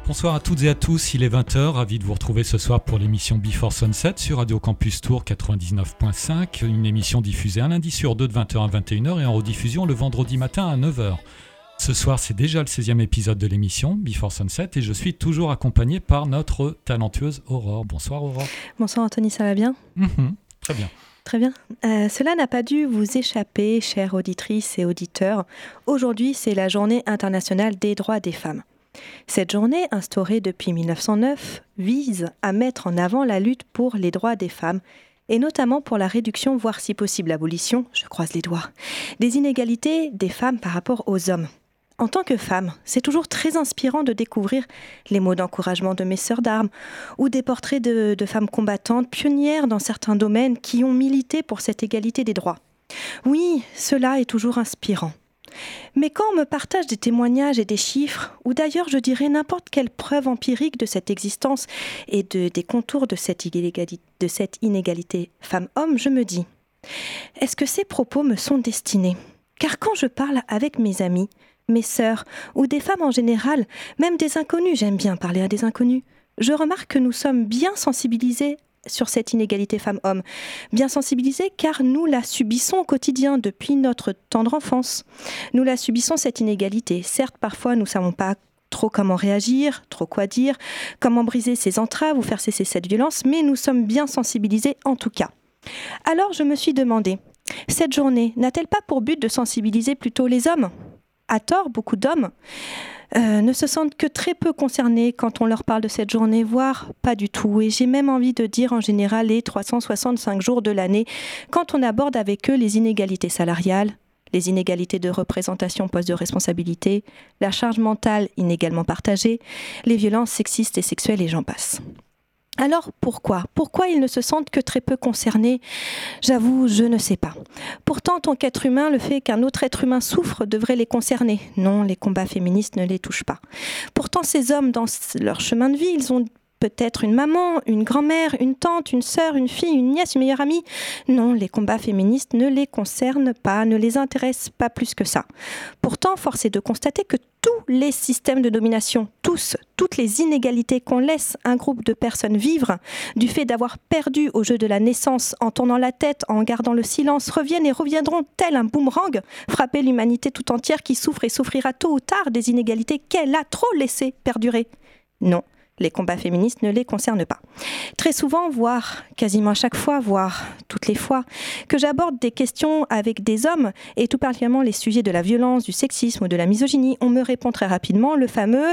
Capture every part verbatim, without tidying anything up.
Bonsoir à toutes et à tous, il est vingt heures, ravi de vous retrouver ce soir pour l'émission Before Sunset sur Radio Campus Tours quatre-vingt-dix-neuf virgule cinq, une émission diffusée un lundi sur deux de vingt heures à vingt et une heures et en rediffusion le vendredi matin à neuf heures. Ce soir, c'est déjà le seizième épisode de l'émission Before Sunset et je suis toujours accompagné par notre talentueuse Aurore. Bonsoir Aurore. Bonsoir Anthony, ça va bien ? Mmh, Très bien. Très bien. Euh, cela n'a pas dû vous échapper, chères auditrices et auditeurs. Aujourd'hui, c'est la Journée internationale des droits des femmes. Cette journée, instaurée depuis mille neuf cent neuf, vise à mettre en avant la lutte pour les droits des femmes, et notamment pour la réduction, voire si possible l'abolition, je croise les doigts, des inégalités des femmes par rapport aux hommes. En tant que femme, c'est toujours très inspirant de découvrir les mots d'encouragement de mes sœurs d'armes ou des portraits de, de femmes combattantes, pionnières dans certains domaines qui ont milité pour cette égalité des droits. Oui, cela est toujours inspirant. Mais quand on me partage des témoignages et des chiffres, ou d'ailleurs je dirais n'importe quelle preuve empirique de cette existence et de, des contours de cette inégalité, de cette inégalité femmes-hommes, je me dis, est-ce que ces propos me sont destinés ? Car quand je parle avec mes amis, mes sœurs, ou des femmes en général, même des inconnus, j'aime bien parler à des inconnus, je remarque que nous sommes bien sensibilisés sur cette inégalité femmes-hommes. Bien sensibilisés car nous la subissons au quotidien depuis notre tendre enfance. Nous la subissons cette inégalité. Certes, parfois nous ne savons pas trop comment réagir, trop quoi dire, comment briser ces entraves ou faire cesser cette violence, mais nous sommes bien sensibilisés en tout cas. Alors je me suis demandé, cette journée n'a-t-elle pas pour but de sensibiliser plutôt les hommes ? À tort, beaucoup d'hommes euh, ne se sentent que très peu concernés quand on leur parle de cette journée, voire pas du tout. Et j'ai même envie de dire en général les trois cent soixante-cinq jours de l'année, quand on aborde avec eux les inégalités salariales, les inégalités de représentation poste de responsabilité, la charge mentale inégalement partagée, les violences sexistes et sexuelles et j'en passe. Alors pourquoi ? Pourquoi ils ne se sentent que très peu concernés ? J'avoue, je ne sais pas. Pourtant, en tant qu'être humain, le fait qu'un autre être humain souffre devrait les concerner. Non, les combats féministes ne les touchent pas. Pourtant, ces hommes, dans leur chemin de vie, ils ont peut-être une maman, une grand-mère, une tante, une sœur, une fille, une nièce, une meilleure amie. Non, les combats féministes ne les concernent pas, ne les intéressent pas plus que ça. Pourtant, force est de constater que tous les systèmes de domination, tous, toutes les inégalités qu'on laisse un groupe de personnes vivre, du fait d'avoir perdu au jeu de la naissance, en tournant la tête, en gardant le silence, reviennent et reviendront tel un boomerang, frapper l'humanité tout entière qui souffre et souffrira tôt ou tard des inégalités qu'elle a trop laissées perdurer. Non. Les combats féministes ne les concernent pas. Très souvent, voire quasiment à chaque fois, voire toutes les fois, que j'aborde des questions avec des hommes, et tout particulièrement les sujets de la violence, du sexisme ou de la misogynie, on me répond très rapidement le fameux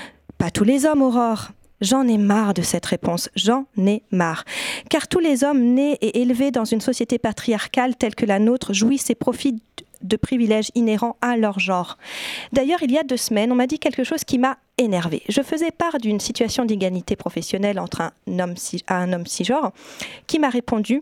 « pas tous les hommes, Aurore ». J'en ai marre de cette réponse, j'en ai marre. Car tous les hommes nés et élevés dans une société patriarcale telle que la nôtre jouissent et profitent de privilèges inhérents à leur genre. D'ailleurs, il y a deux semaines, on m'a dit quelque chose qui m'a énervée. Je faisais part d'une situation d'égalité professionnelle entre un homme, un homme cisgenre qui m'a répondu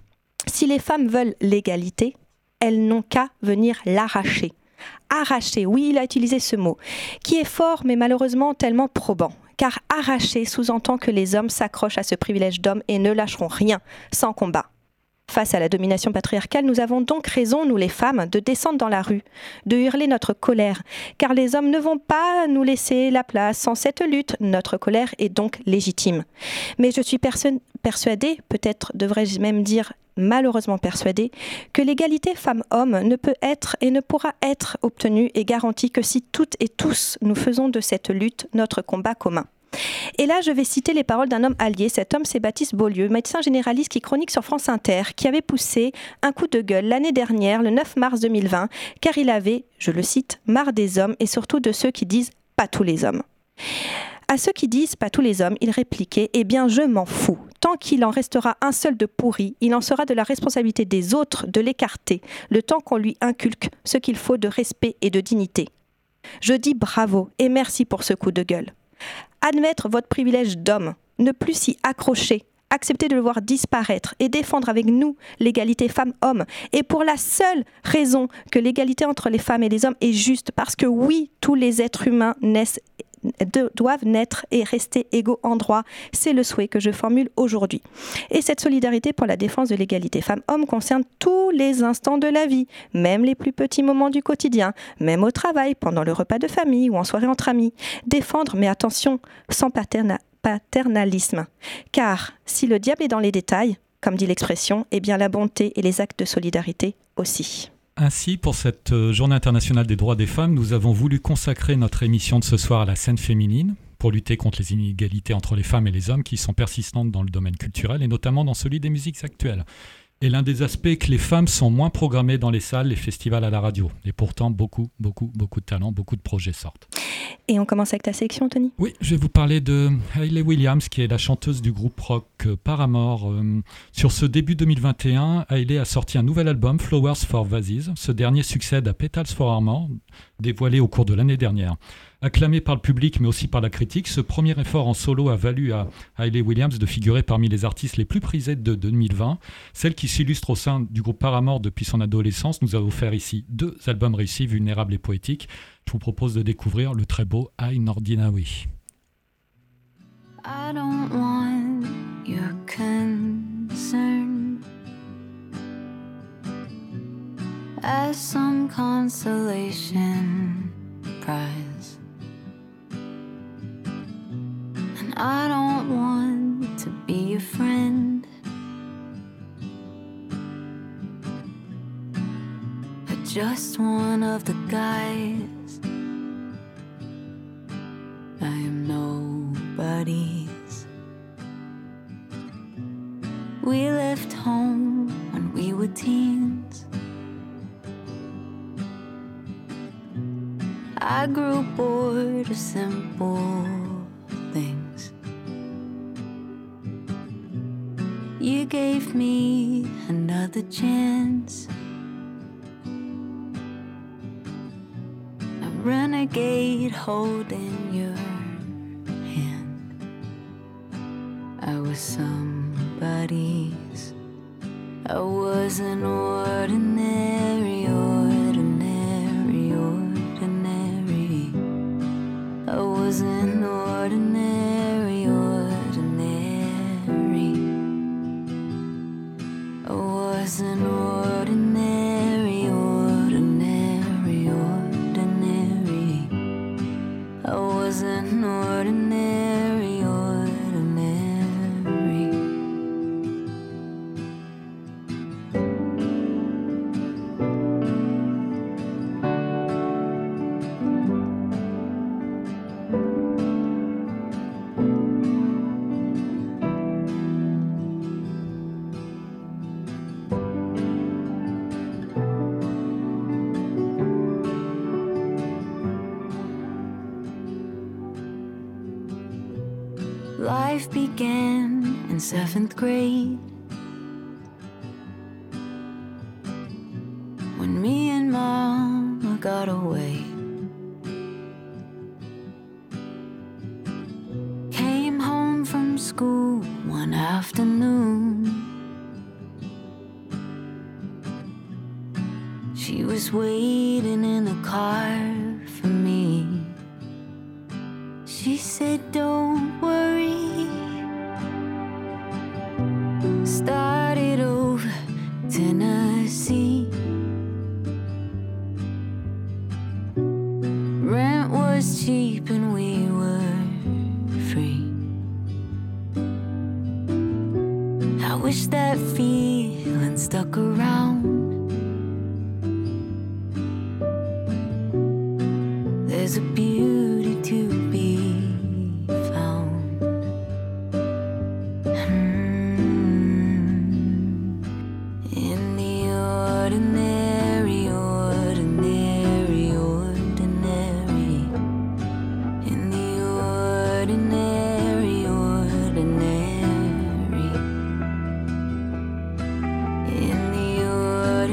« Si les femmes veulent l'égalité, elles n'ont qu'à venir l'arracher. » Arracher, oui, il a utilisé ce mot, qui est fort mais malheureusement tellement probant. Car arracher sous-entend que les hommes s'accrochent à ce privilège d'homme et ne lâcheront rien sans combat. Face à la domination patriarcale, nous avons donc raison, nous les femmes, de descendre dans la rue, de hurler notre colère, car les hommes ne vont pas nous laisser la place sans cette lutte. Notre colère est donc légitime. Mais je suis perso- persuadée, peut-être devrais-je même dire malheureusement persuadée, que l'égalité femmes-hommes ne peut être et ne pourra être obtenue et garantie que si toutes et tous nous faisons de cette lutte notre combat commun. Et là, je vais citer les paroles d'un homme allié. Cet homme, c'est Baptiste Beaulieu, médecin généraliste qui chronique sur France Inter, qui avait poussé un coup de gueule l'année dernière, le neuf mars deux mille vingt, car il avait, je le cite, « marre des hommes et surtout de ceux qui disent « pas tous les hommes ». À ceux qui disent « pas tous les hommes », il répliquait « eh bien, je m'en fous. Tant qu'il en restera un seul de pourri, il en sera de la responsabilité des autres de l'écarter, le temps qu'on lui inculque ce qu'il faut de respect et de dignité. Je dis bravo et merci pour ce coup de gueule. Admettre votre privilège d'homme, ne plus s'y accrocher, accepter de le voir disparaître et défendre avec nous l'égalité femmes-hommes, et pour la seule raison que l'égalité entre les femmes et les hommes est juste, parce que oui, tous les êtres humains naissent de, doivent naître et rester égaux en droit. C'est le souhait que je formule aujourd'hui. Et cette solidarité pour la défense de l'égalité femmes-hommes concerne tous les instants de la vie, même les plus petits moments du quotidien, même au travail, pendant le repas de famille ou en soirée entre amis. Défendre, mais attention, sans paterna- paternalisme. Car si le diable est dans les détails, comme dit l'expression, eh bien la bonté et les actes de solidarité aussi. Ainsi, pour cette Journée internationale des droits des femmes, nous avons voulu consacrer notre émission de ce soir à la scène féminine pour lutter contre les inégalités entre les femmes et les hommes qui sont persistantes dans le domaine culturel et notamment dans celui des musiques actuelles. Et l'un des aspects est que les femmes sont moins programmées dans les salles, les festivals, à la radio. Et pourtant, beaucoup, beaucoup, beaucoup de talents, beaucoup de projets sortent. Et on commence avec ta sélection, Tony ? Oui, je vais vous parler de Hayley Williams, qui est la chanteuse du groupe rock Paramore. Euh, sur ce début deux mille vingt et un, Hayley a sorti un nouvel album, Flowers for Vases. Ce dernier succède à Petals for Armor, dévoilé au cours de l'année dernière. Acclamé par le public mais aussi par la critique, ce premier effort en solo a valu à Hayley Williams de figurer parmi les artistes les plus prisés de deux mille vingt. Celle qui s'illustre au sein du groupe Paramore depuis son adolescence nous a offert ici deux albums réussis, vulnérables et poétiques. Je vous propose de découvrir le très beau I'm Ordinary. I don't want your concern as some consolation prize, and I don't want to be your friend, but just one of the guys. I am nobody's. We left home when we were teens. I grew bored of simple things. You gave me another chance. A renegade holding your hand. I was somebody's. I was an ordinary, ordinary, ordinary. I was an ordinary, ordinary. I was an ordinary, ordinary, ordinary. I was an ordinary, ordinary. Life began in seventh grade, when me and Mama got away. Came home from school one afternoon. She was waiting in the car for me. She said, "Don't worry, started over Tennessee. Rent was cheap and we were free. I wish that feeling stuck around. There's a beauty to be found. Mm. In the ordinary, ordinary, ordinary. In the ordinary, ordinary. In the ordinary.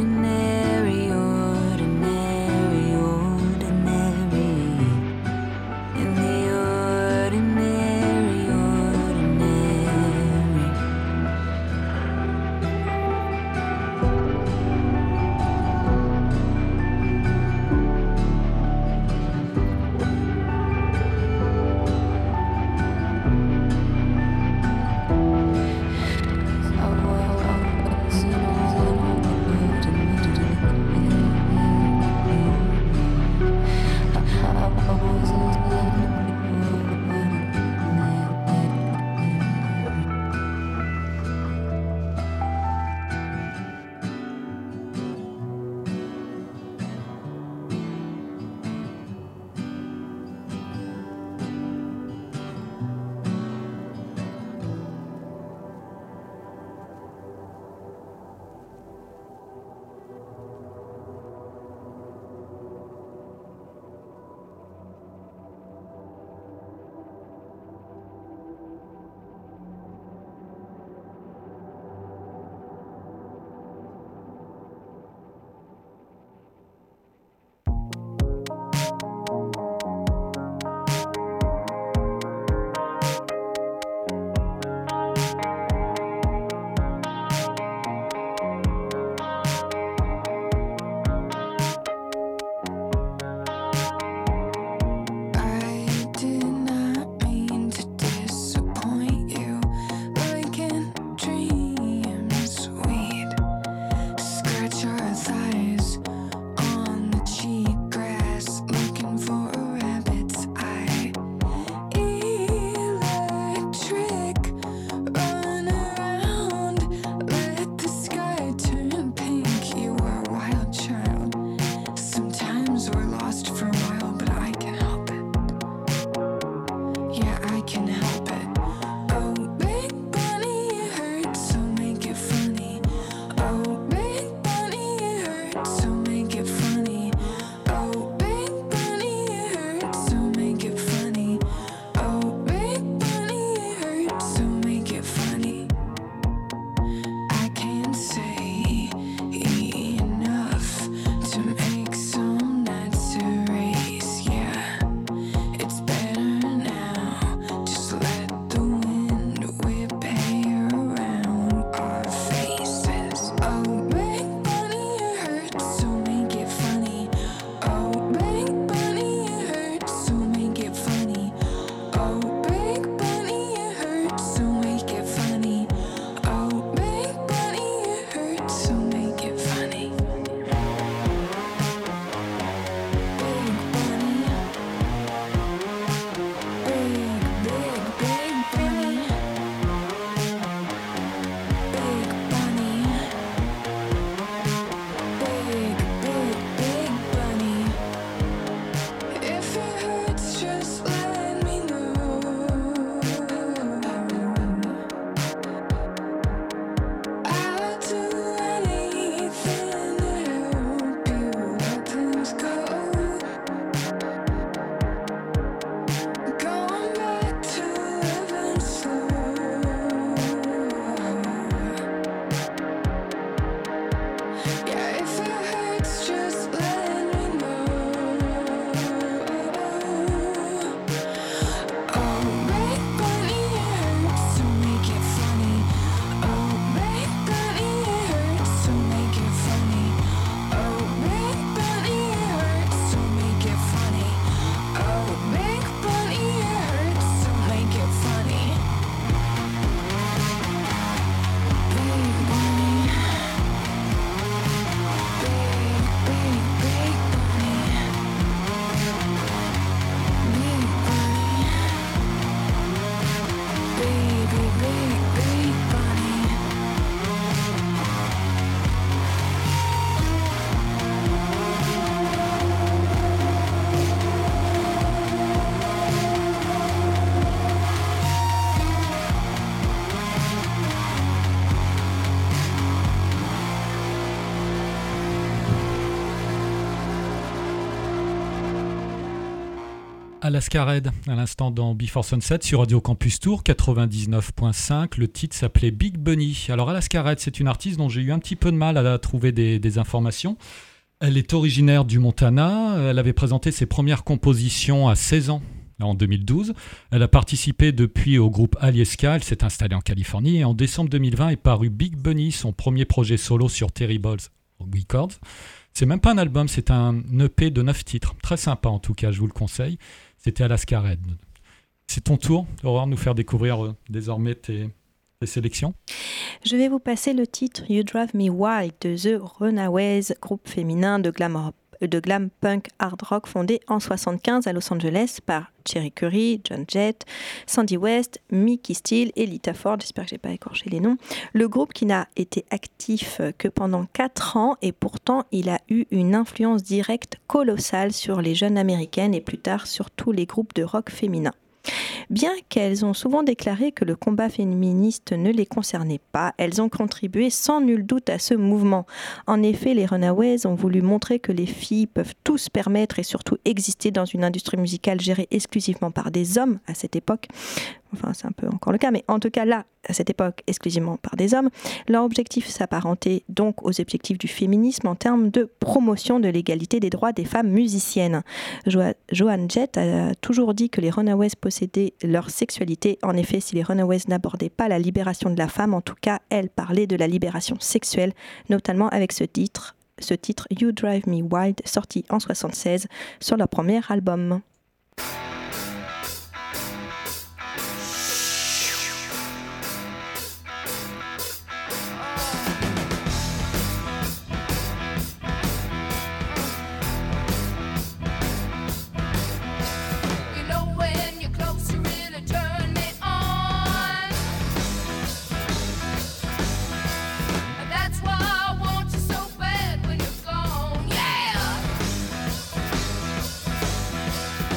Alaska Red, à l'instant dans Before Sunset sur Radio Campus Tour quatre-vingt-dix-neuf point cinq. Le titre s'appelait Big Bunny. Alors Alaska Red, c'est une artiste dont j'ai eu un petit peu de mal à trouver des, des informations. Elle est originaire du Montana. Elle avait présenté ses premières compositions à seize ans, en deux mille douze. Elle a participé depuis au groupe Alyeska. Elle s'est installée en Californie. Et en décembre deux mille vingt est paru Big Bunny, son premier projet solo sur Terribles Records. C'est même pas un album, c'est un E P de neuf titres. Très sympa en tout cas, je vous le conseille. C'était Alaska Red. C'est ton tour, Aurore, nous faire découvrir euh, désormais tes, tes sélections. Je vais vous passer le titre You Drive Me Wild de The Runaways, groupe féminin de glam, de glam punk hard rock fondé en soixante-quinze à Los Angeles par Cherie Currie, Joan Jett, Sandy West, Mickey Steele et Lita Ford. J'espère que je n'ai pas écorché les noms. Le groupe qui n'a été actif que pendant quatre ans et pourtant il a eu une influence directe colossale sur les jeunes américaines et plus tard sur tous les groupes de rock féminins. Bien qu'elles ont souvent déclaré que le combat féministe ne les concernait pas, elles ont contribué sans nul doute à ce mouvement. En effet, les Runaways ont voulu montrer que les filles peuvent tout se permettre et surtout exister dans une industrie musicale gérée exclusivement par des hommes à cette époque. Enfin, c'est un peu encore le cas, mais en tout cas là, à cette époque, exclusivement par des hommes. Leur objectif s'apparentait donc aux objectifs du féminisme en termes de promotion de l'égalité des droits des femmes musiciennes. Jo- Joan Jett a toujours dit que les Runaways possédaient leur sexualité. En effet, si les Runaways n'abordaient pas la libération de la femme, en tout cas, elles parlaient de la libération sexuelle, notamment avec ce titre, ce titre You Drive Me Wild, sorti en soixante-seize sur leur premier album. Yeah!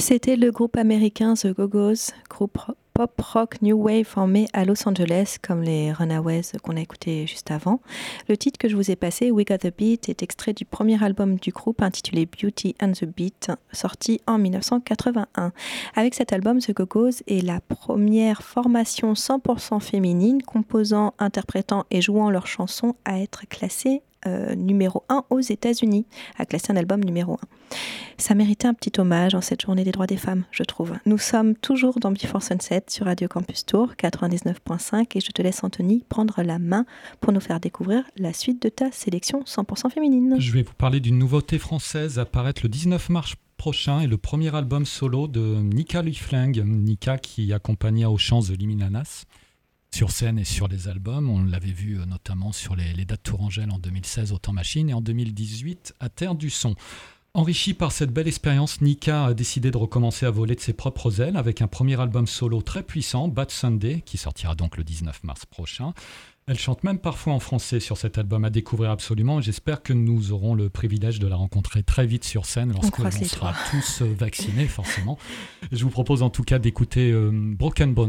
C'était le groupe américain The Go-Go's, groupe pop-rock New Wave formé à Los Angeles, comme les Runaways qu'on a écoutés juste avant. Le titre que je vous ai passé, We Got the Beat, est extrait du premier album du groupe intitulé Beauty and the Beat, sorti en dix-neuf cent quatre-vingt-un. Avec cet album, The Go-Go's est la première formation cent pour cent féminine, composant, interprétant et jouant leurs chansons à être classée Euh, numéro un aux États-Unis, a classé un album numéro un. Ça méritait un petit hommage en cette journée des droits des femmes, je trouve. Nous sommes toujours dans Before Sunset sur Radio Campus Tour quatre-vingt-dix-neuf virgule cinq et je te laisse, Anthony, prendre la main pour nous faire découvrir la suite de ta sélection cent pour cent féminine. Je vais vous parler d'une nouveauté française à paraître le dix-neuf mars prochain et le premier album solo de Nika Liefling. Nika qui accompagna au chant The Liminanas sur scène et sur les albums. On l'avait vu notamment sur les, les dates Tourangelle en deux mille seize au Temps Machine et en deux mille dix-huit à Terre du Son. Enrichie par cette belle expérience, Nika a décidé de recommencer à voler de ses propres ailes avec un premier album solo très puissant, Bad Sunday, qui sortira donc le dix-neuf mars prochain. Elle chante même parfois en français sur cet album, à découvrir absolument. J'espère que nous aurons le privilège de la rencontrer très vite sur scène lorsque l'on sera tous vaccinés, forcément. Je vous propose en tout cas d'écouter euh, Broken Bones.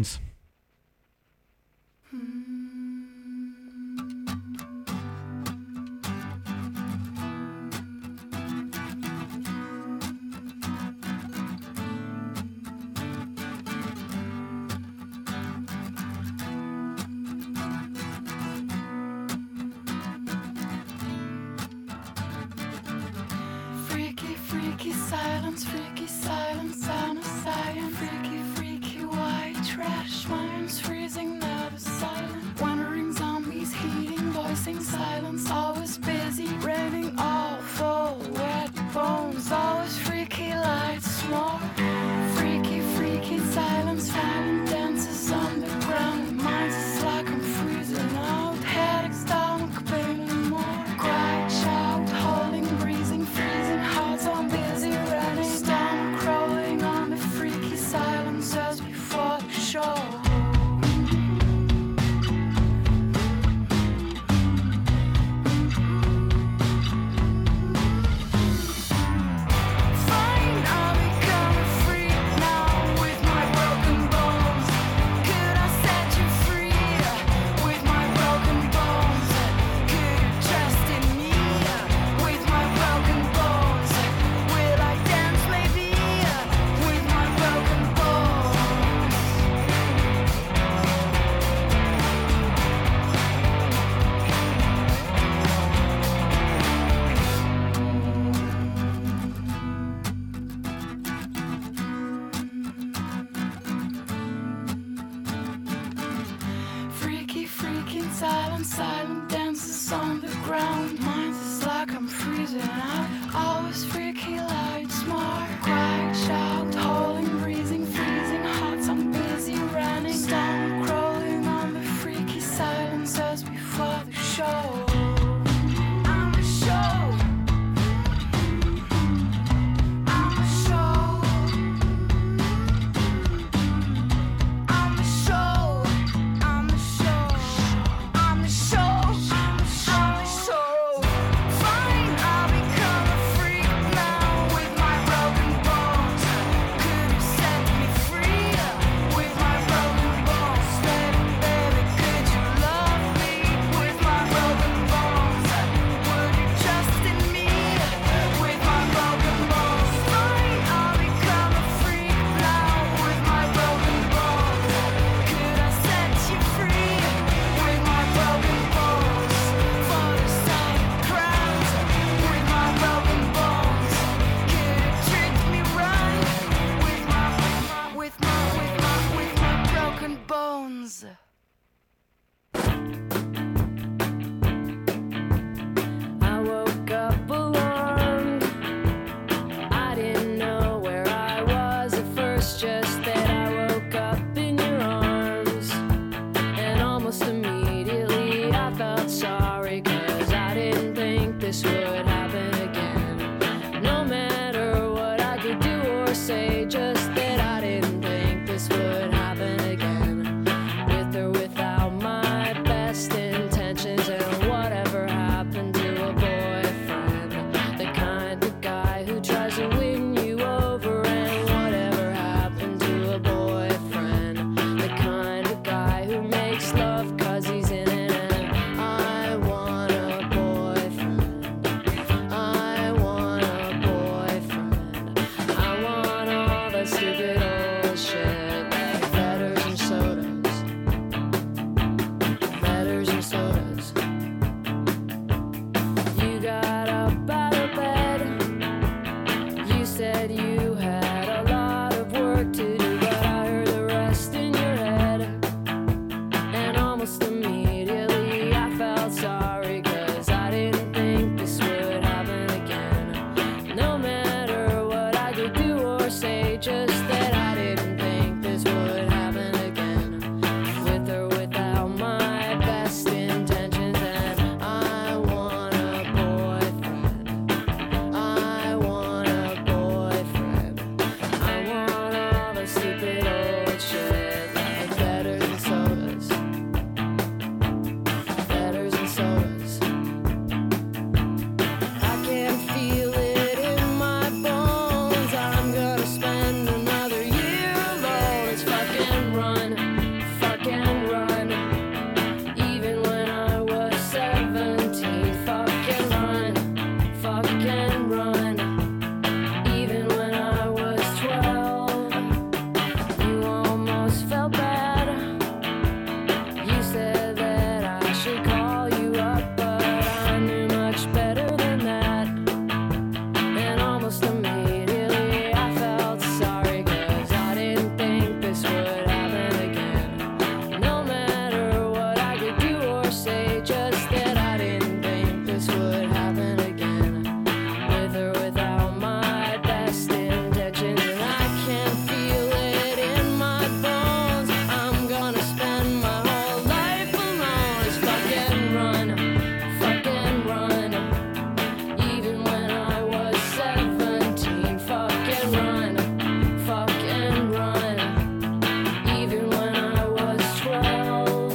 Freaky silence, freaky silence, sound of science. Freaky, freaky white trash, minds freezing, never silent. Wandering zombies, heating, voicing silence. Always busy, raining awful, wet bones. Always freaky lights, small. Freaky, freaky silence, violent dances on the ground. Minds is like I'm freezing out. Headaches, stomach pain and more. Quiet, shout, holding, breathing, freezing. Hearts on busy running. Stomach crawling on the freaky silence as before the show. Silent, silent dances on the ground. Mine is like I'm freezing out. Always freaky lights, more quiet, shout, holding, breathing, freezing. Hearts, I'm busy running. Stomach crawling on the freaky silence as before the show. I'm a show. I'm a show. I'm a show. I'm a show. I'm a show. said you had a lot of work to do, but I heard the rest in your head. And almost immediately I felt sorry, 'cause I didn't think this would happen again. No matter what I could do or say, just that I didn't think this would happen again. With or without my best intentions, and I want a boyfriend. I want a boyfriend. I want all the stupid old shit, like betters and sodas. Betters and sodas. I can feel it in my bones. I'm gonna spend another year alone. It's fucking run, fucking run. Even when I was seventeen, fucking run, fucking run. Even when I was twelve, you almost felt bad. You said that I should call you up, but I knew much better than that. And almost immediately I felt sorry, 'cause I didn't think this would happen again. No matter what I could do or say, just that I didn't think this would happen again. With or without my best intentions, and I can feel it in my bones. I'm gonna spend my whole life alone. It's fucking run, fucking run. Even when I was seventeen, fucking run, fucking run. Even when I was twelve.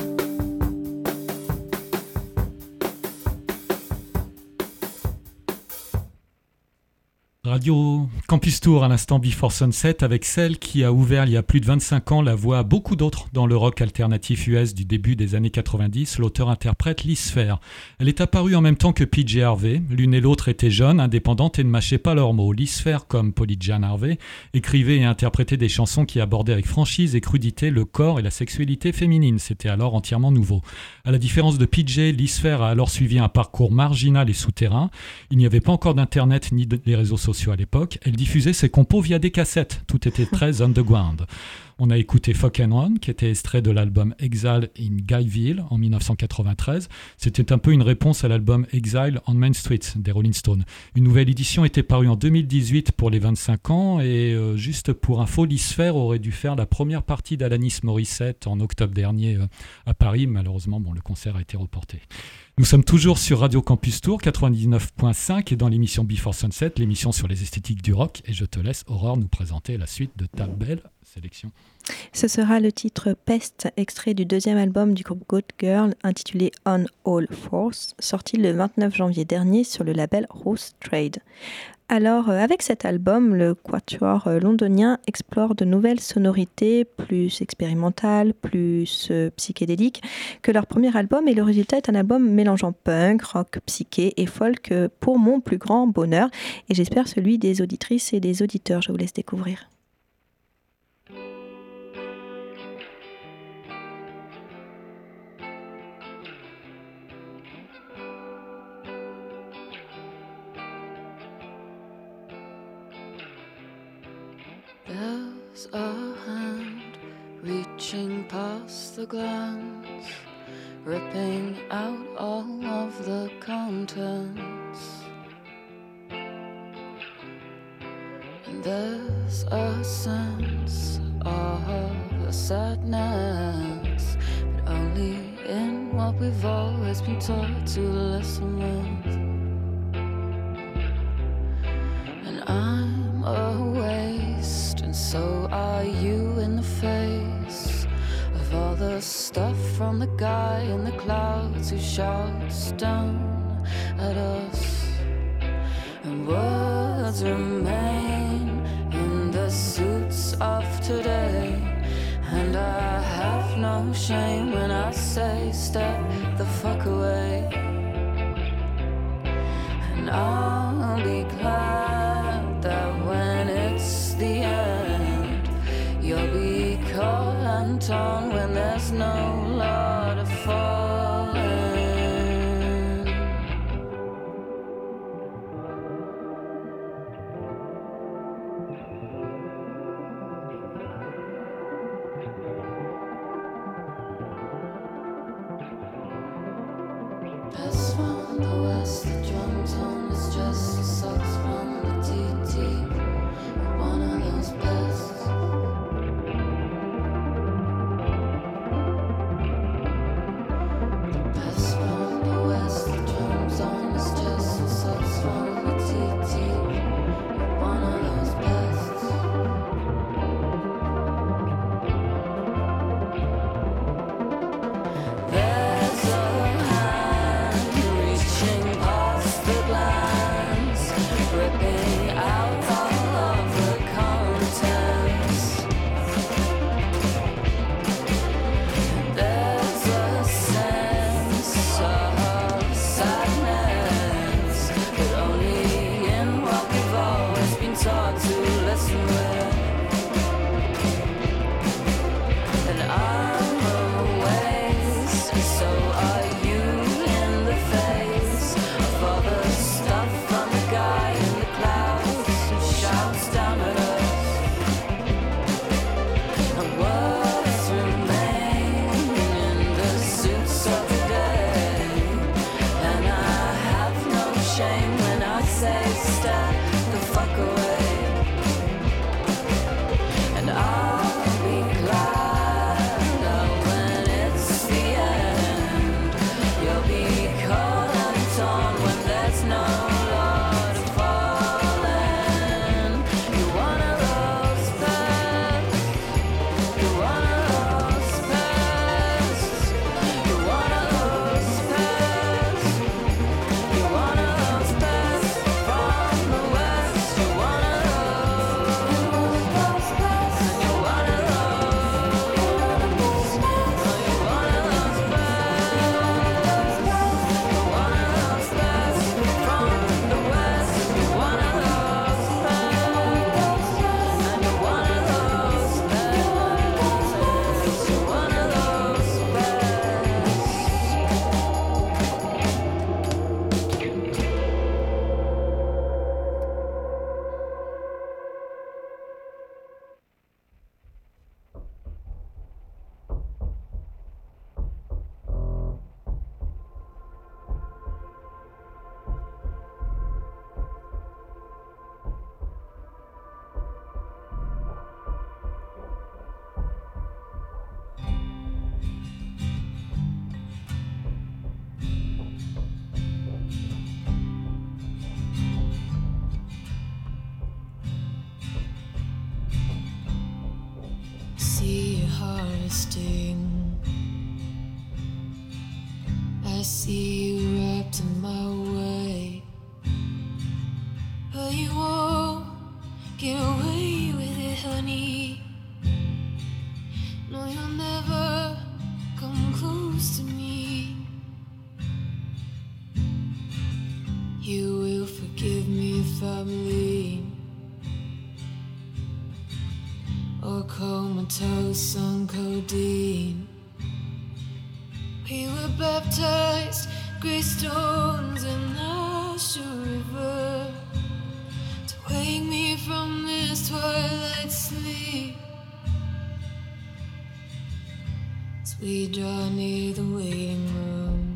Radio Campus Tour à l'instant Before Sunset, avec celle qui a ouvert il y a plus de vingt-cinq ans la voie à beaucoup d'autres dans le rock alternatif U S du début des années quatre-vingt-dix, l'auteur-interprète Liz Phair. Elle est apparue en même temps que P J Harvey. L'une et l'autre étaient jeunes, indépendantes et ne mâchaient pas leurs mots. Liz Phair, comme Polly Jean Harvey, écrivait et interprétait des chansons qui abordaient avec franchise et crudité le corps et la sexualité féminine. C'était alors entièrement nouveau. À la différence de P J, Liz Phair a alors suivi un parcours marginal et souterrain. Il n'y avait pas encore d'internet ni de les réseaux sociaux à l'époque. Elle diffusait ses compos via des cassettes. Tout était très underground. On a écouté Fucking Run, qui était extrait de l'album Exile in Guyville en dix-neuf cent quatre-vingt-treize. C'était un peu une réponse à l'album Exile on Main Street des Rolling Stones. Une nouvelle édition était parue en deux mille dix-huit pour les vingt-cinq ans, et euh, juste pour info, Liz Phair aurait dû faire la première partie d'Alanis Morissette en octobre dernier euh, à Paris. Malheureusement, bon, le concert a été reporté. Nous sommes toujours sur Radio Campus Tour quatre-vingt-dix-neuf point cinq et dans l'émission Before Sunset, l'émission sur les esthétiques du rock. Et je te laisse, Aurore, nous présenter la suite de ta belle sélection. Ce sera le titre Pest, extrait du deuxième album du groupe Goat Girl intitulé On All Fours, sorti le vingt-neuf janvier dernier sur le label Rose Trade. Alors, euh, avec cet album, le quatuor euh, londonien explore de nouvelles sonorités plus expérimentales, plus euh, psychédéliques que leur premier album, et le résultat est un album mélangeant punk, rock, psyché et folk euh, pour mon plus grand bonheur, et j'espère celui des auditrices et des auditeurs. Je vous laisse découvrir. There's a hand reaching past the glance, ripping out all of the contents. And there's a sense of the sadness, but only in what we've always been taught to listen with. And I'm a waste, and so are you, in the face of all the stuff from the guy in the clouds who shouts down at us. And words remain in the suits of today, and I have no shame when I say step the fuck away. And I'll be glad that when it's the end, you'll be caught and torn when there's no law to fall in. hard to listen with. And I'm a waste, and so are you, in the face of all the stuff from the guy in the clouds who shouts down at us. And words remain in the suits of today, and I have no shame when I say step the fuck away. And I'll be glad that when it's the end, you'll be cold and torn when there's no Lord of falling. You're one of those pests. You're one of those pests. You're one of those pests. You're one of those pests from the west. You're one of those pests. And you're one of those. Oh, you're one of those pests. You're one of those pests from the west. You're one of those pests. And you're one of those pests. You're one of those See your heart sting. I see you wrapped in my way, but you won't get away with it, honey. No, you'll never come close to me. You will forgive me if I'm lean or comatose on codeine. We were baptized, grey stones in Asher River, to wake me from this twilight sleep. As we draw near the waiting room,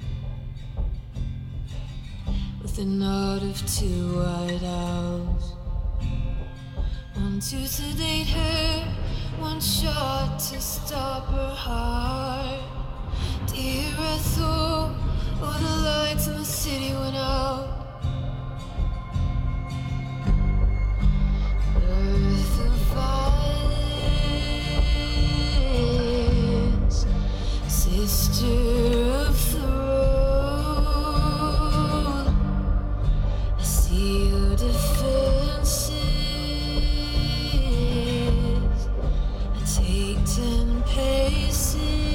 with a nod of two white owls. One to sedate her, one shot to stop her heart. Dear, I thought all the lights in the city went out. Earth of violence, sister of the road. I see your defenses. I take ten paces.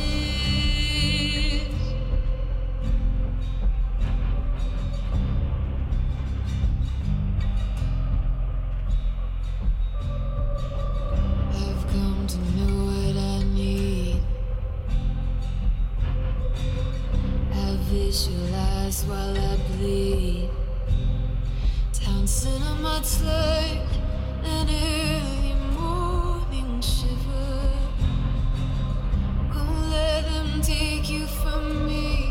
I've come to know what I need. I visualize while I bleed. Dancing on my slide, an early morning shiver. Won't let them take you from me.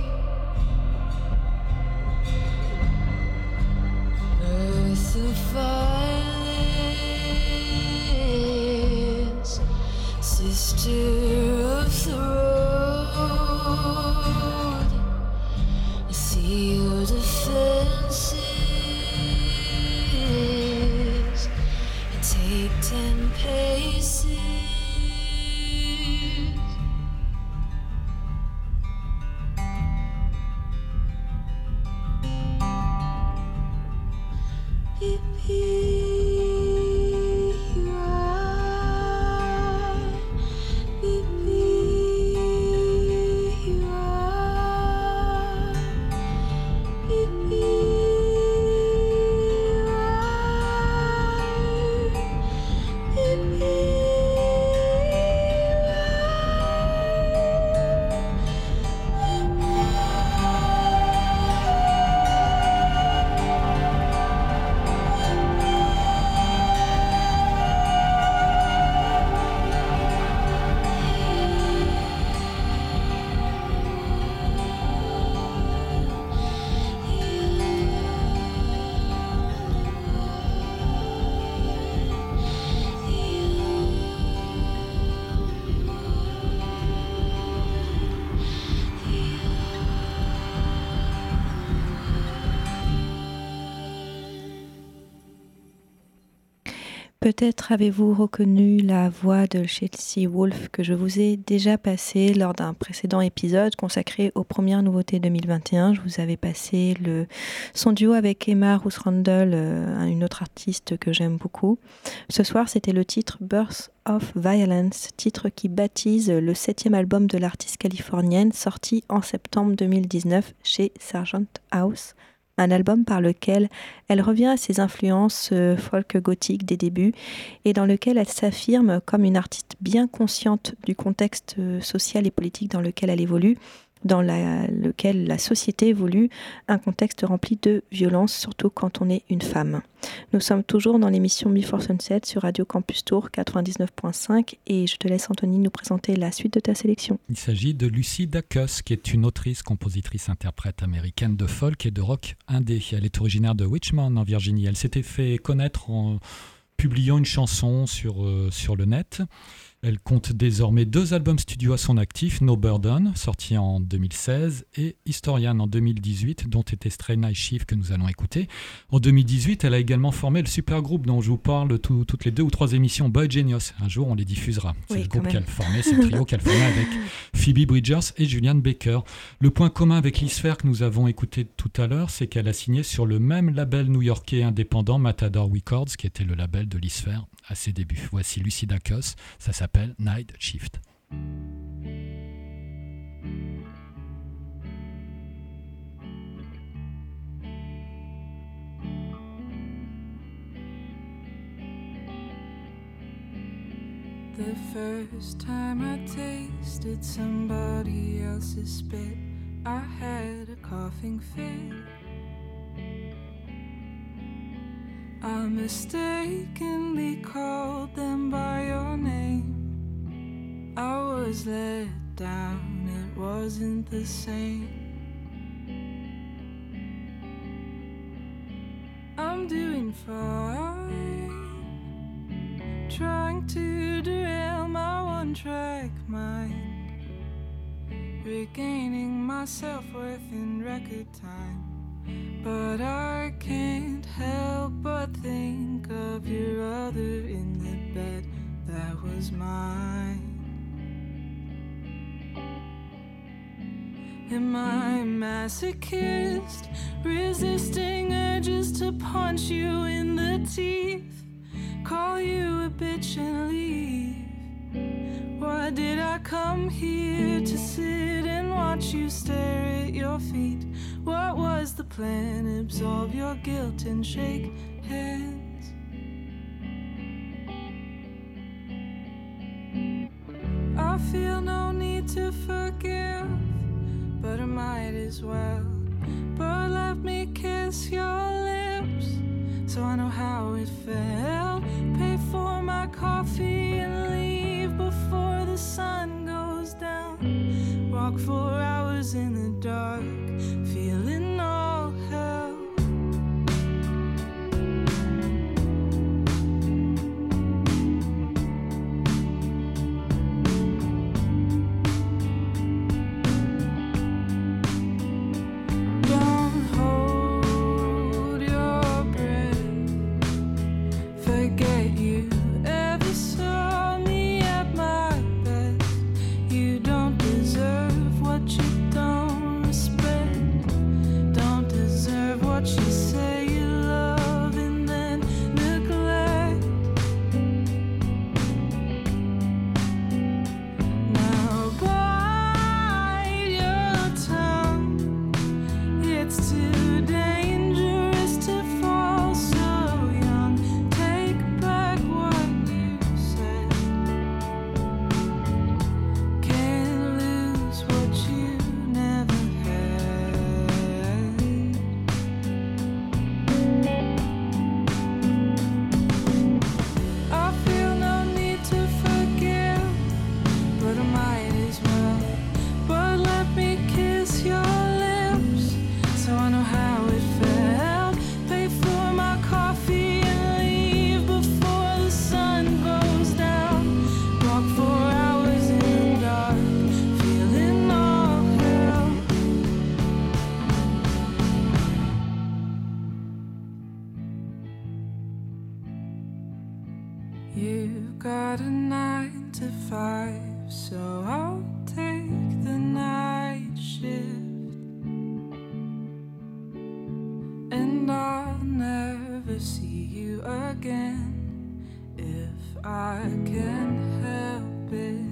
Earth of violence, sister of the road. I see your defenses. I take ten paces. Beep, beep, you're right. Beep, beep, you're right. Beep, beep, you're right. Peut-être avez-vous reconnu la voix de Chelsea Wolfe que je vous ai déjà passée lors d'un précédent épisode consacré aux premières nouveautés deux mille vingt et un. Je vous avais passé le, son duo avec Emma Ruth Randall, euh, une autre artiste que j'aime beaucoup. Ce soir, c'était le titre Birth of Violence, titre qui baptise le septième album de l'artiste californienne sorti en septembre deux mille dix-neuf chez Sargent House. Un album par lequel elle revient à ses influences euh, folk gothique des débuts et dans lequel elle s'affirme comme une artiste bien consciente du contexte euh, social et politique dans lequel elle évolue, dans la, lequel la société évolue, un contexte rempli de violence, surtout quand on est une femme. Nous sommes toujours dans l'émission Before Sunset sur Radio Campus Tour quatre-vingt-dix-neuf point cinq et je te laisse Anthony nous présenter la suite de ta sélection. Il s'agit de Lucy Dacus, qui est une autrice, compositrice, interprète américaine de folk et de rock indé. Elle est originaire de Richmond en Virginie. Elle s'était fait connaître en publiant une chanson sur, euh, sur le net. Elle compte désormais deux albums studio à son actif, No Burden, sorti en deux mille seize, et Historian en deux mille dix-huit, dont était Stray Night Shift que nous allons écouter. En deux mille dix-huit, elle a également formé le supergroupe dont je vous parle tout, toutes les deux ou trois émissions, Boy Genius. Un jour, on les diffusera. C'est oui, le groupe qu'elle formait, c'est le trio qu'elle formait avec Phoebe Bridgers et Julian Baker. Le point commun avec l'Isphère que nous avons écouté tout à l'heure, c'est qu'elle a signé sur le même label new-yorkais indépendant Matador Records, qui était le label de l'Isphère à ses débuts. Voici Lucy Dacus, ça s'appelle Night Shift. The first time I tasted somebody else's spit, I had a coughing fit. I mistakenly called them by your name. I was let down, it wasn't the same. I'm doing fine, trying to derail my one-track mind, regaining my self-worth in record time. But I can't help but think of your other in the bed that was mine. Am I a masochist, resisting urges to punch you in the teeth, call you a bitch and leave? Why did I come here to sit and watch you stare at your feet? What was the plan? Absolve your guilt and shake hands. I feel no need to forgive, but I might as well. But let me kiss your lips, so I know how it felt. Pay for my coffee and leave before the sun goes down. Walk for hours in the dark, feeling all hell. Don't hold your breath, forget you ever saw me at my best. You don't deserve what you don't You've got a nine to five, so I'll take the night shift. And I'll never see you again if I can help it.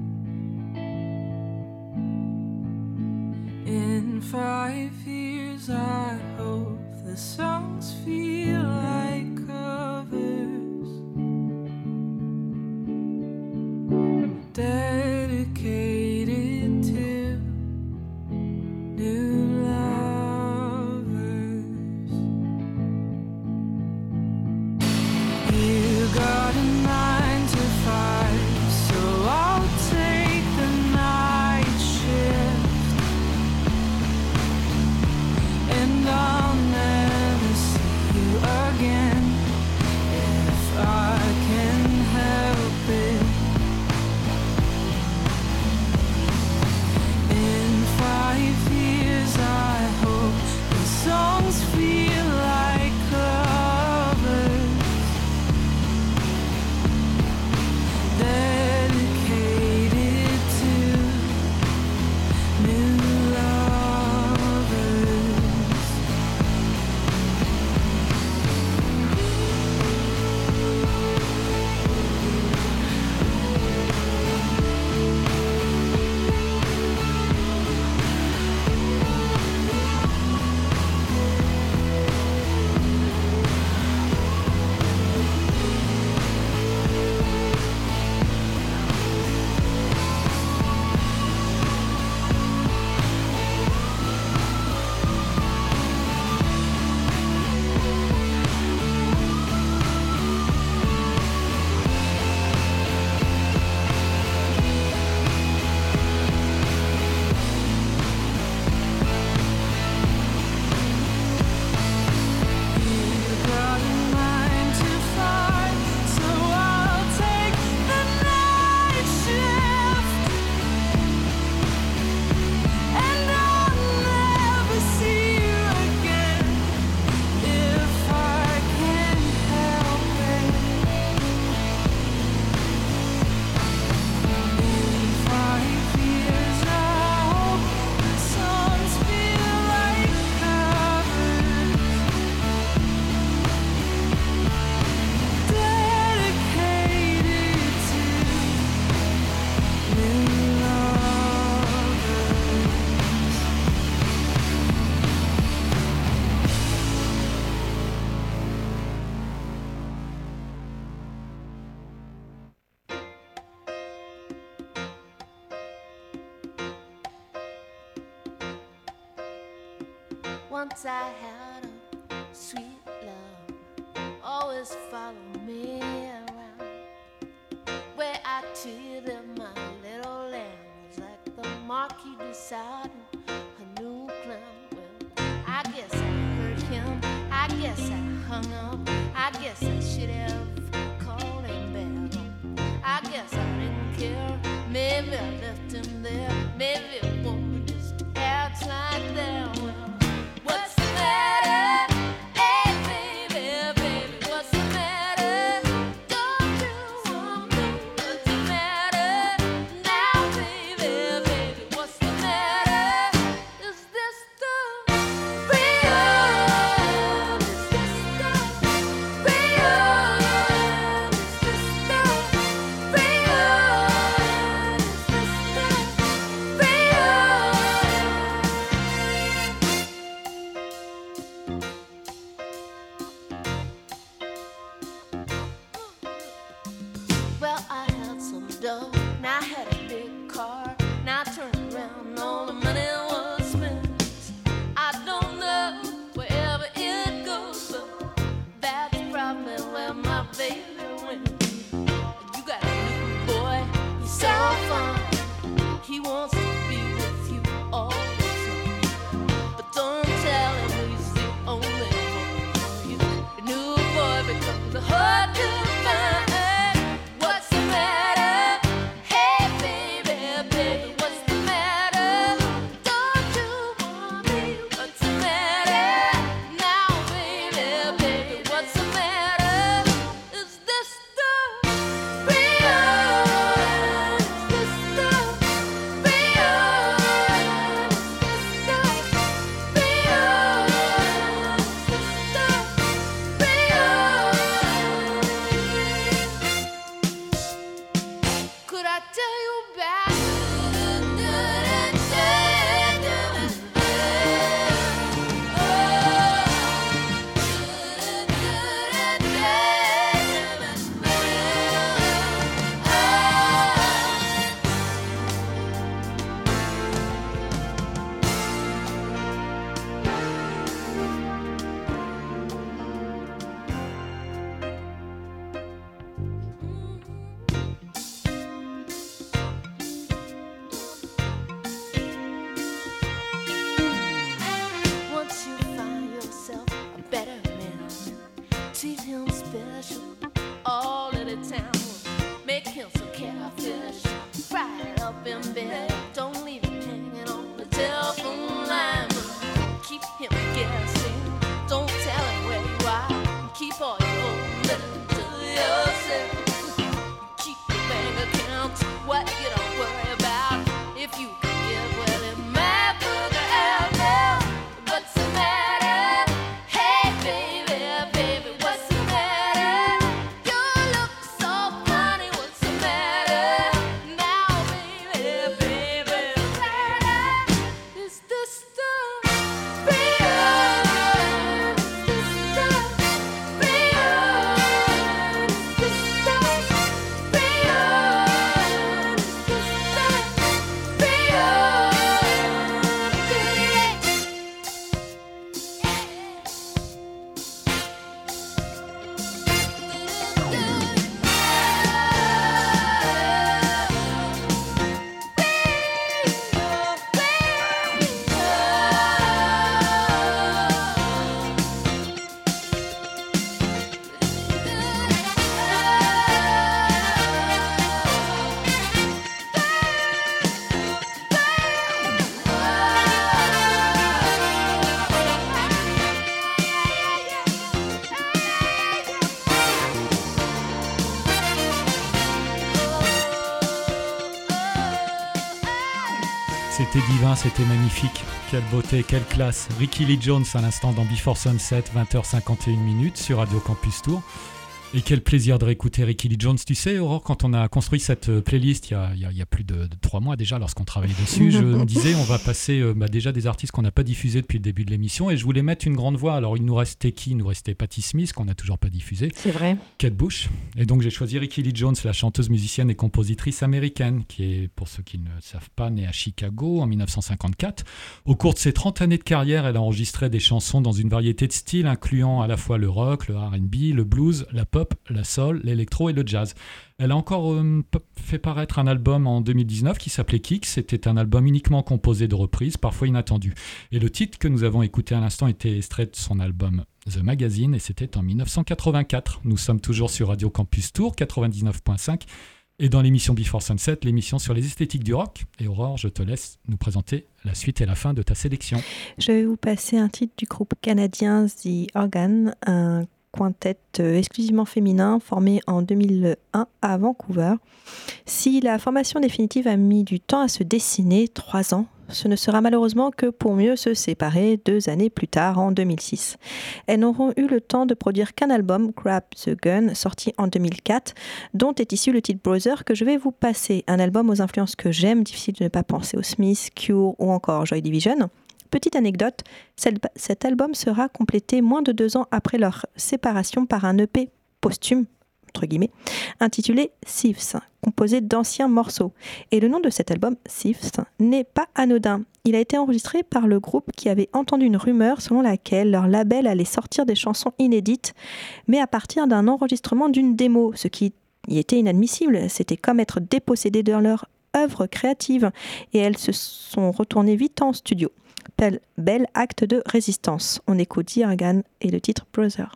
In five years I hope the songs feel like covers, dedicated to new lovers. You got a nine to five, so I'll take the night shift. And I'll never see you again if I can help it. In five years I hope the songs feel like clovers, dedicated to new lovers. Once I had a sweet love, always follow me around. Where I treated my little lamb was like the Marquis de Sade, a new clown. Well, I guess I hurt him, I guess I hung up, I guess I should have called him back. I guess I didn't care, maybe I left him there, maybe a woman just acts like that. Well, what's the matter? Hey, baby, baby, what's the matter? Don't you want me? What's the matter? Now, baby, baby, what's the matter? Is this the real? Is this the real? Is this the real? Is this the well, I had some dough, now I had a big car. Now I turned around, all the money was spent. I don't know wherever it goes, but that's probably where my baby went. You got a new boy, he's so fine. He wants to be with you all the time. But don't tell him he's the only one for you. Your new boy becomes hard to find. What's the matter? Hey, baby. C'était divin, c'était magnifique. Quelle beauté, quelle classe. Rickie Lee Jones à l'instant dans Before Sunset, vingt heures cinquante et une minutes sur Radio Campus Tour. Et quel plaisir de réécouter Rickie Lee Jones. Tu sais, Aurore, quand on a construit cette playlist il y a, il y a, il y a plus de, de trois mois déjà, lorsqu'on travaillait dessus, je me disais, on va passer euh, bah, déjà des artistes qu'on n'a pas diffusés depuis le début de l'émission. Et je voulais mettre une grande voix. Alors, il nous restait qui ? Il nous restait Patti Smith, qu'on n'a toujours pas diffusé. C'est vrai. Kate Bush. Et donc, j'ai choisi Rickie Lee Jones, la chanteuse, musicienne et compositrice américaine, qui est, pour ceux qui ne le savent pas, née à Chicago en dix-neuf cent cinquante-quatre. Au cours de ses trente années de carrière, elle a enregistré des chansons dans une variété de styles, incluant à la fois le rock, le R and B, le blues, la pop, la soul, l'électro et le jazz. Elle a encore euh, fait paraître un album en deux mille dix-neuf qui s'appelait Kicks. C'était un album uniquement composé de reprises, parfois inattendues. Et le titre que nous avons écouté à l'instant était extrait de son album The Magazine et c'était en dix-neuf cent quatre-vingt-quatre. Nous sommes toujours sur Radio Campus Tour quatre-vingt-dix-neuf virgule cinq et dans l'émission Before Sunset, l'émission sur les esthétiques du rock. Et Aurore, je te laisse nous présenter la suite et la fin de ta sélection. Je vais vous passer un titre du groupe canadien The Organ, un quintet exclusivement féminin formé en deux mille un à Vancouver. Si la formation définitive a mis du temps à se dessiner, trois ans, ce ne sera malheureusement que pour mieux se séparer deux années plus tard, en deux mille six. Elles n'auront eu le temps de produire qu'un album, Grab the Gun, sorti en deux mille quatre, dont est issu le titre Brother que je vais vous passer. Un album aux influences que j'aime, difficile de ne pas penser aux Smiths, Cure ou encore Joy Division. Petite anecdote, cet album sera complété moins de deux ans après leur séparation par un E P posthume, entre guillemets, intitulé Thieves, composé d'anciens morceaux. Et le nom de cet album, Thieves, n'est pas anodin. Il a été enregistré par le groupe qui avait entendu une rumeur selon laquelle leur label allait sortir des chansons inédites, mais à partir d'un enregistrement d'une démo, ce qui y était inadmissible. C'était comme être dépossédé de leur œuvre créative, et elles se sont retournées vite en studio. Bel, bel acte de résistance. On écoute The Organ et le titre Brother.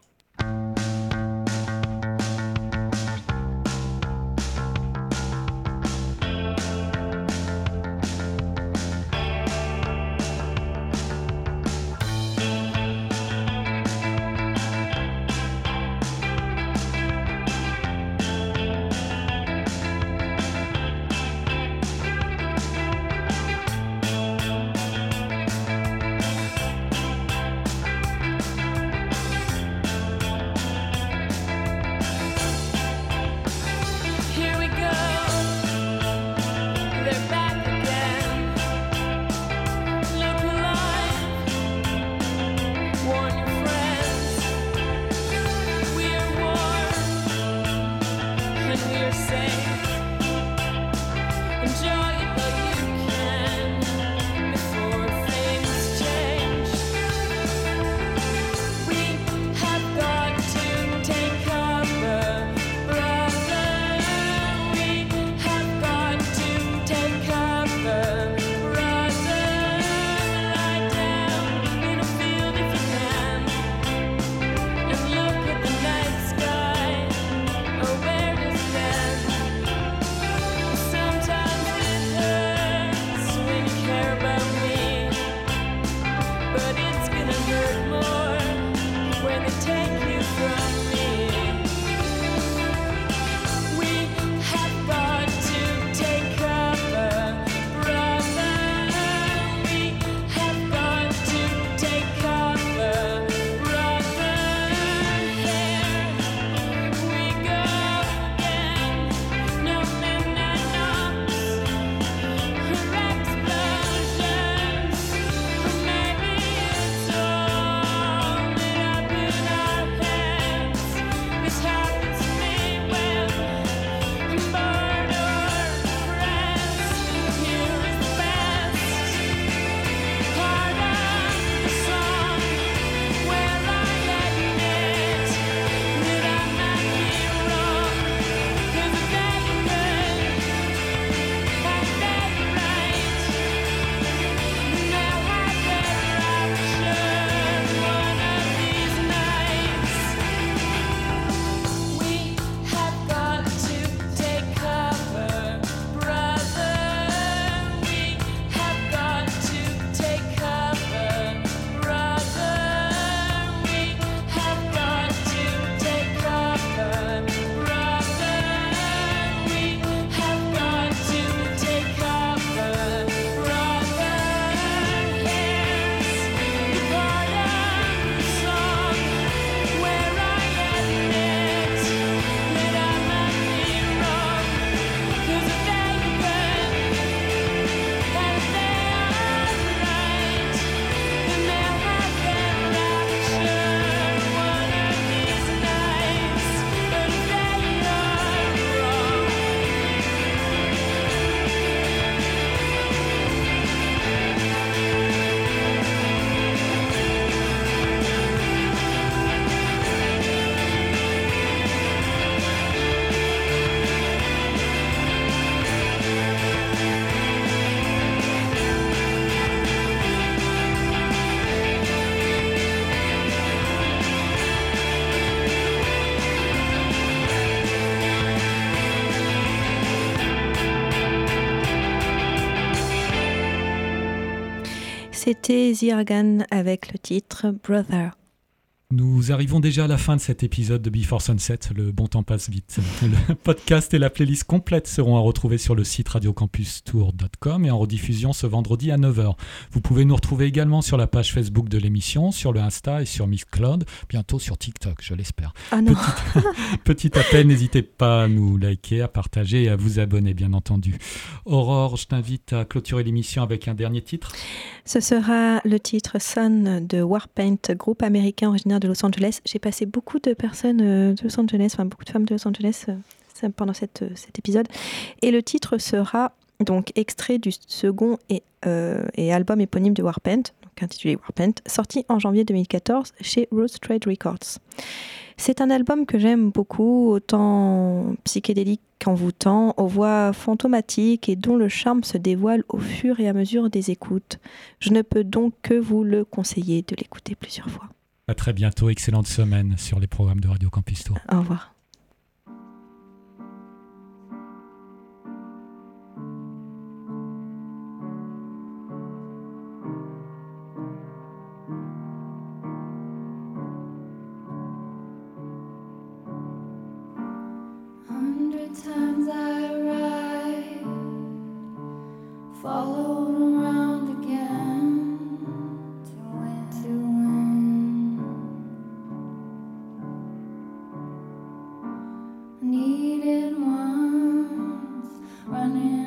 Where C'était The Organ avec le titre Brother. Nous arrivons déjà à la fin de cet épisode de Before Sunset. Le bon temps passe vite. Le podcast et la playlist complète seront à retrouver sur le site radio campus tour point com et en rediffusion ce vendredi à neuf heures. Vous pouvez nous retrouver également sur la page Facebook de l'émission, sur le Insta et sur Mixcloud, bientôt sur TikTok, je l'espère. Ah non. Petit, petit appel, n'hésitez pas à nous liker, à partager et à vous abonner, bien entendu. Aurore, je t'invite à clôturer l'émission avec un dernier titre. Ce sera le titre Sun de Warpaint, groupe américain originaire de Los Angeles. J'ai passé beaucoup de personnes de Los Angeles, enfin beaucoup de femmes de Los Angeles euh, pendant cette, cet épisode. Et le titre sera donc extrait du second et, euh, et album éponyme de Warpaint, donc intitulé Warpaint, sorti en janvier deux mille quatorze chez Rose Trade Records. C'est un album que j'aime beaucoup, autant psychédélique qu'envoûtant, aux voix fantomatiques et dont le charme se dévoile au fur et à mesure des écoutes. Je ne peux donc que vous le conseiller de l'écouter plusieurs fois. À très bientôt, excellente semaine sur les programmes de Radio Campus Tour. Au revoir. Times I ride, followed around again to win, to win. Needed ones running.